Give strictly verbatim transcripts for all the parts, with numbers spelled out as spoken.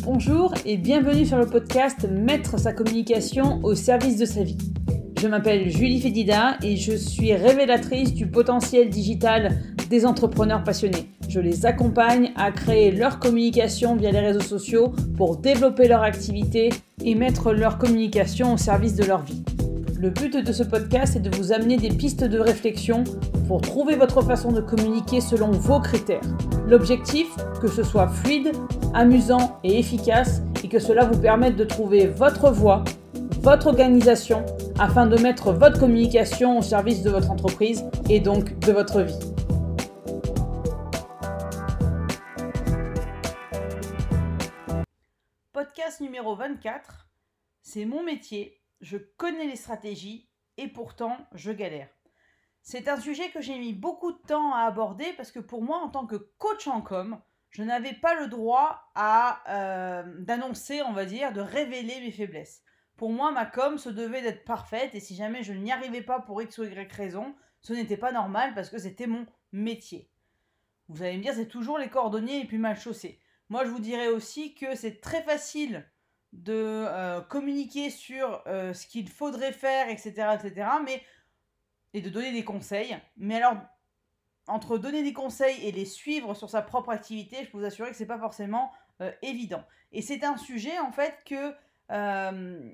Bonjour et bienvenue sur le podcast Mettre sa communication au service de sa vie. Je m'appelle Julie Fédida et je suis révélatrice du potentiel digital des entrepreneurs passionnés. Je les accompagne à créer leur communication via les réseaux sociaux pour développer leur activité et mettre leur communication au service de leur vie. Le but de ce podcast est de vous amener des pistes de réflexion pour trouver votre façon de communiquer selon vos critères. L'objectif, que ce soit fluide, amusant et efficace et que cela vous permette de trouver votre voie, votre organisation afin de mettre votre communication au service de votre entreprise et donc de votre vie. Podcast numéro vingt-quatre, c'est mon métier. Je connais les stratégies et pourtant je galère. C'est un sujet que j'ai mis beaucoup de temps à aborder parce que pour moi, en tant que coach en com, je n'avais pas le droit à, euh, d'annoncer, on va dire, de révéler mes faiblesses. Pour moi, ma com se devait d'être parfaite et si jamais je n'y arrivais pas pour X ou Y raison, ce n'était pas normal parce que c'était mon métier. Vous allez me dire, c'est toujours les cordonniers les plus mal chaussés. Moi, je vous dirais aussi que c'est très facile de euh, communiquer sur euh, ce qu'il faudrait faire, et cetera, et cetera, mais, et de donner des conseils. Mais alors, entre donner des conseils et les suivre sur sa propre activité, je peux vous assurer que ce n'est pas forcément euh, évident. Et c'est un sujet, en fait, que euh,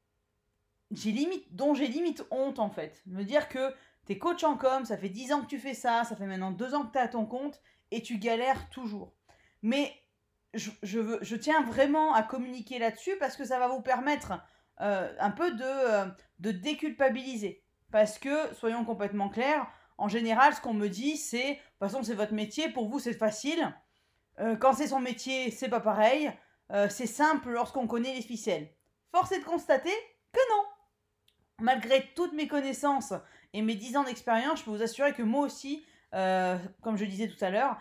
j'ai limite, dont j'ai limite honte, en fait. Me dire que tu es coach en com, ça fait dix ans que tu fais ça, ça fait maintenant deux ans que tu es à ton compte, et tu galères toujours. Mais Je, je, veux, je tiens vraiment à communiquer là-dessus parce que ça va vous permettre euh, un peu de, euh, de déculpabiliser. Parce que, soyons complètement clairs, en général, ce qu'on me dit, c'est, de toute façon, c'est votre métier, pour vous, c'est facile. Euh, quand c'est son métier, c'est pas pareil. Euh, c'est simple lorsqu'on connaît les ficelles. Force est de constater que non. Malgré toutes mes connaissances et mes dix ans d'expérience, je peux vous assurer que moi aussi, euh, comme je disais tout à l'heure,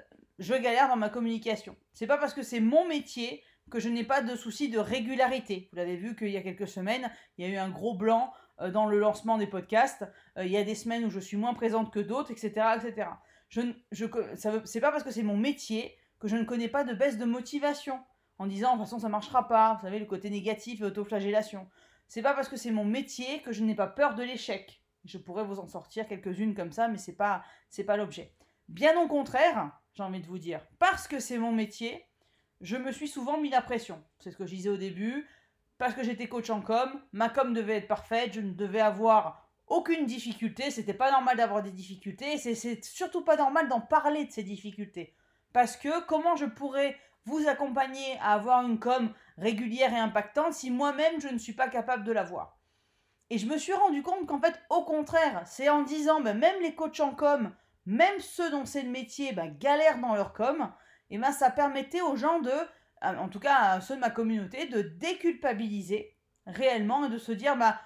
je galère dans ma communication. C'est pas parce que c'est mon métier que je n'ai pas de souci de régularité. Vous l'avez vu qu'il y a quelques semaines, il y a eu un gros blanc euh, dans le lancement des podcasts. Euh, il y a des semaines où je suis moins présente que d'autres, et cetera, et cetera. Je, je, ça veut, c'est pas parce que c'est mon métier que je ne connais pas de baisse de motivation en disant de toute façon ça marchera pas. Vous savez, le côté négatif et autoflagellation. C'est pas parce que c'est mon métier que je n'ai pas peur de l'échec. Je pourrais vous en sortir quelques-unes comme ça, mais c'est pas, c'est pas l'objet. Bien au contraire, j'ai envie de vous dire, parce que c'est mon métier, je me suis souvent mis la pression. C'est ce que je disais au début, parce que j'étais coach en com, ma com devait être parfaite, je ne devais avoir aucune difficulté, c'était pas normal d'avoir des difficultés, et c'est, c'est surtout pas normal d'en parler de ces difficultés. Parce que comment je pourrais vous accompagner à avoir une com régulière et impactante si moi-même je ne suis pas capable de l'avoir? Et je me suis rendu compte qu'en fait, au contraire, c'est en disant, ben, même les coachs en com, même ceux dont c'est le métier bah, galèrent dans leur com, et ben ça permettait aux gens de, en tout cas à ceux de ma communauté, de déculpabiliser réellement et de se dire bah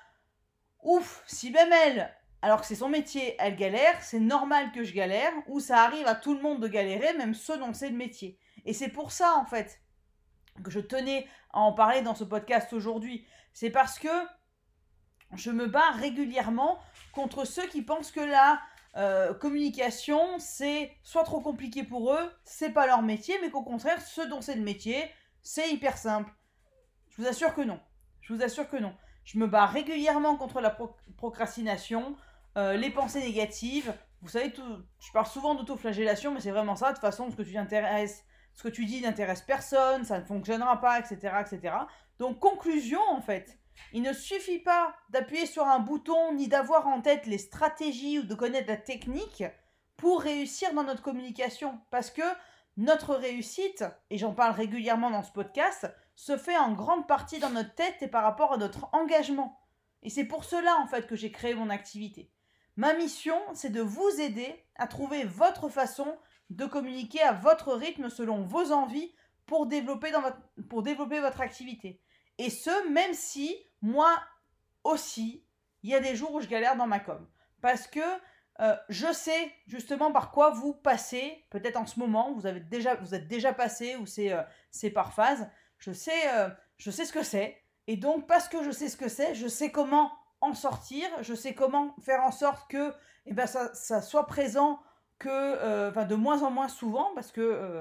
ouf, si même elle, alors que c'est son métier, elle galère, c'est normal que je galère, ou ça arrive à tout le monde de galérer, même ceux dont c'est le métier. Et c'est pour ça en fait que je tenais à en parler dans ce podcast aujourd'hui. C'est parce que je me bats régulièrement contre ceux qui pensent que la Euh, communication, c'est soit trop compliqué pour eux, c'est pas leur métier, mais qu'au contraire, ceux dont c'est le métier, c'est hyper simple. Je vous assure que non. Je vous assure que non. Je me bats régulièrement contre la pro- procrastination, euh, les pensées négatives. Vous savez, tout, je parle souvent d'autoflagellation, mais c'est vraiment ça. De toute façon, ce que tu t'intéresses, ce que tu dis n'intéresse personne, ça ne fonctionnera pas, et cetera, et cetera. Donc, conclusion, en fait. Il ne suffit pas d'appuyer sur un bouton ni d'avoir en tête les stratégies ou de connaître la technique pour réussir dans notre communication. Parce que notre réussite, et j'en parle régulièrement dans ce podcast, se fait en grande partie dans notre tête et par rapport à notre engagement. Et c'est pour cela en fait que j'ai créé mon activité. Ma mission, c'est de vous aider à trouver votre façon de communiquer à votre rythme selon vos envies pour développer, dans votre, pour développer votre activité. Et ce, même si, moi aussi, il y a des jours où je galère dans ma com. Parce que euh, je sais justement par quoi vous passez, peut-être en ce moment, vous, avez déjà, vous êtes déjà passé ou c'est, euh, c'est par phase. Je sais, euh, je sais ce que c'est. Et donc, parce que je sais ce que c'est, je sais comment en sortir. Je sais comment faire en sorte que eh ben, ça, ça soit présent que, euh, de moins en moins souvent. Parce que... Euh,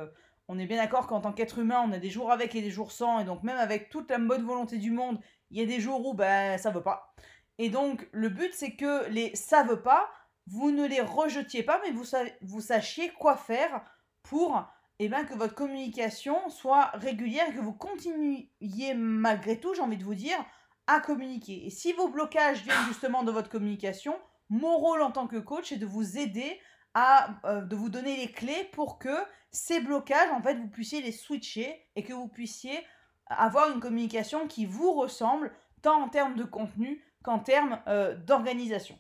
On est bien d'accord qu'en tant qu'être humain, on a des jours avec et des jours sans, et donc même avec toute la bonne volonté du monde, il y a des jours où ben, ça veut pas. Et donc, le but, c'est que les ça veut pas, vous ne les rejetiez pas, mais vous, sa- vous sachiez quoi faire pour eh ben, que votre communication soit régulière et que vous continuiez malgré tout, j'ai envie de vous dire, à communiquer. Et si vos blocages viennent justement de votre communication, mon rôle en tant que coach est de vous aider à, euh, de vous donner les clés pour que ces blocages, en fait, vous puissiez les switcher et que vous puissiez avoir une communication qui vous ressemble, tant en termes de contenu qu'en termes euh, d'organisation.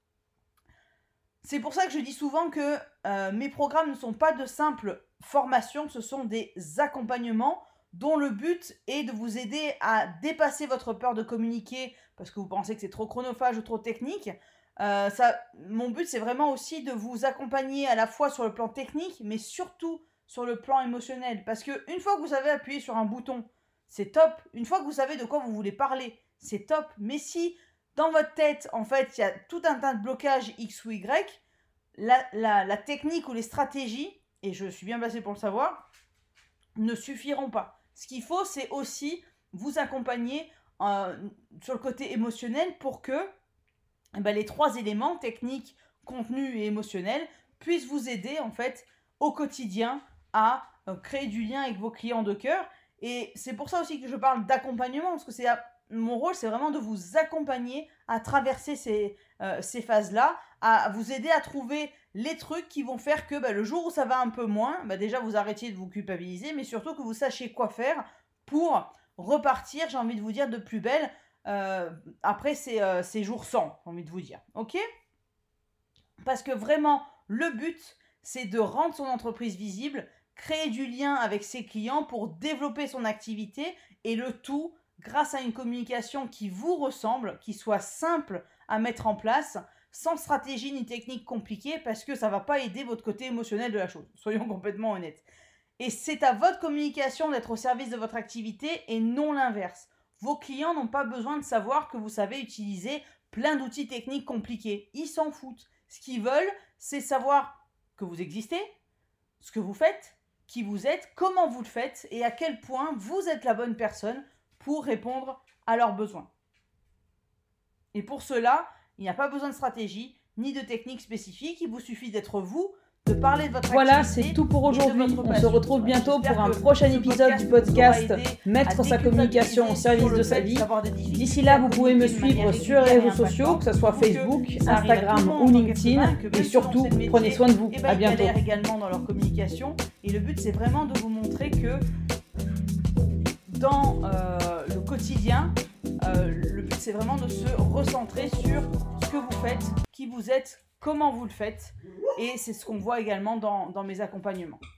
C'est pour ça que je dis souvent que euh, mes programmes ne sont pas de simples formations, ce sont des accompagnements dont le but est de vous aider à dépasser votre peur de communiquer parce que vous pensez que c'est trop chronophage ou trop technique. Euh, ça, mon but, c'est vraiment aussi de vous accompagner à la fois sur le plan technique, mais surtout sur le plan émotionnel. Parce que une fois que vous avez appuyé sur un bouton, c'est top. Une fois que vous savez de quoi vous voulez parler, c'est top. Mais si dans votre tête, en fait, il y a tout un tas de blocages X ou Y, la, la, la technique ou les stratégies, et je suis bien placée pour le savoir, ne suffiront pas. Ce qu'il faut, c'est aussi vous accompagner euh, sur le côté émotionnel pour que eh ben, les trois éléments, technique, contenu et émotionnel, puissent vous aider en fait au quotidien à euh, créer du lien avec vos clients de cœur. Et c'est pour ça aussi que je parle d'accompagnement, parce que c'est mon rôle, c'est vraiment de vous accompagner à traverser ces, euh, ces phases-là, à vous aider à trouver les trucs qui vont faire que bah, le jour où ça va un peu moins, bah, déjà vous arrêtiez de vous culpabiliser, mais surtout que vous sachiez quoi faire pour repartir, j'ai envie de vous dire, de plus belle euh, après ces, euh, ces jours sans, j'ai envie de vous dire. Ok ? Parce que vraiment, le but, c'est de rendre son entreprise visible, créer du lien avec ses clients pour développer son activité et le tout grâce à une communication qui vous ressemble, qui soit simple à mettre en place, sans stratégie ni technique compliquée, parce que ça ne va pas aider votre côté émotionnel de la chose. Soyons complètement honnêtes. Et c'est à votre communication d'être au service de votre activité et non l'inverse. Vos clients n'ont pas besoin de savoir que vous savez utiliser plein d'outils techniques compliqués. Ils s'en foutent. Ce qu'ils veulent, c'est savoir que vous existez, ce que vous faites, qui vous êtes, comment vous le faites et à quel point vous êtes la bonne personne pour répondre à leurs besoins. Et pour cela, il n'y a pas besoin de stratégie ni de technique spécifique, il vous suffit d'être vous, de parler de votre Voilà, activité. c'est tout pour aujourd'hui. On se retrouve bientôt pour un J'espère prochain que ce épisode du podcast podcast vous aura aidé Mettre à sa communication au service sur le de sa fait vie. d'avoir des difficultés D'ici là, à vous pouvez me communiquer de suivre manière sur les régulière réseaux et sociaux, que ce soit impactante, Facebook, que ça arrive à Instagram tout le monde ou en tant qu'être LinkedIn. humain, que Et même surtout, selon ces prenez métiers, soin de vous. eh ben, À ils bientôt. galèrent également dans leur communication. Et le but, c'est vraiment de vous montrer que dans euh, le quotidien, euh, le but, c'est vraiment de se recentrer sur ce que vous faites, qui vous êtes, comment vous le faites. Et c'est ce qu'on voit également dans, dans mes accompagnements.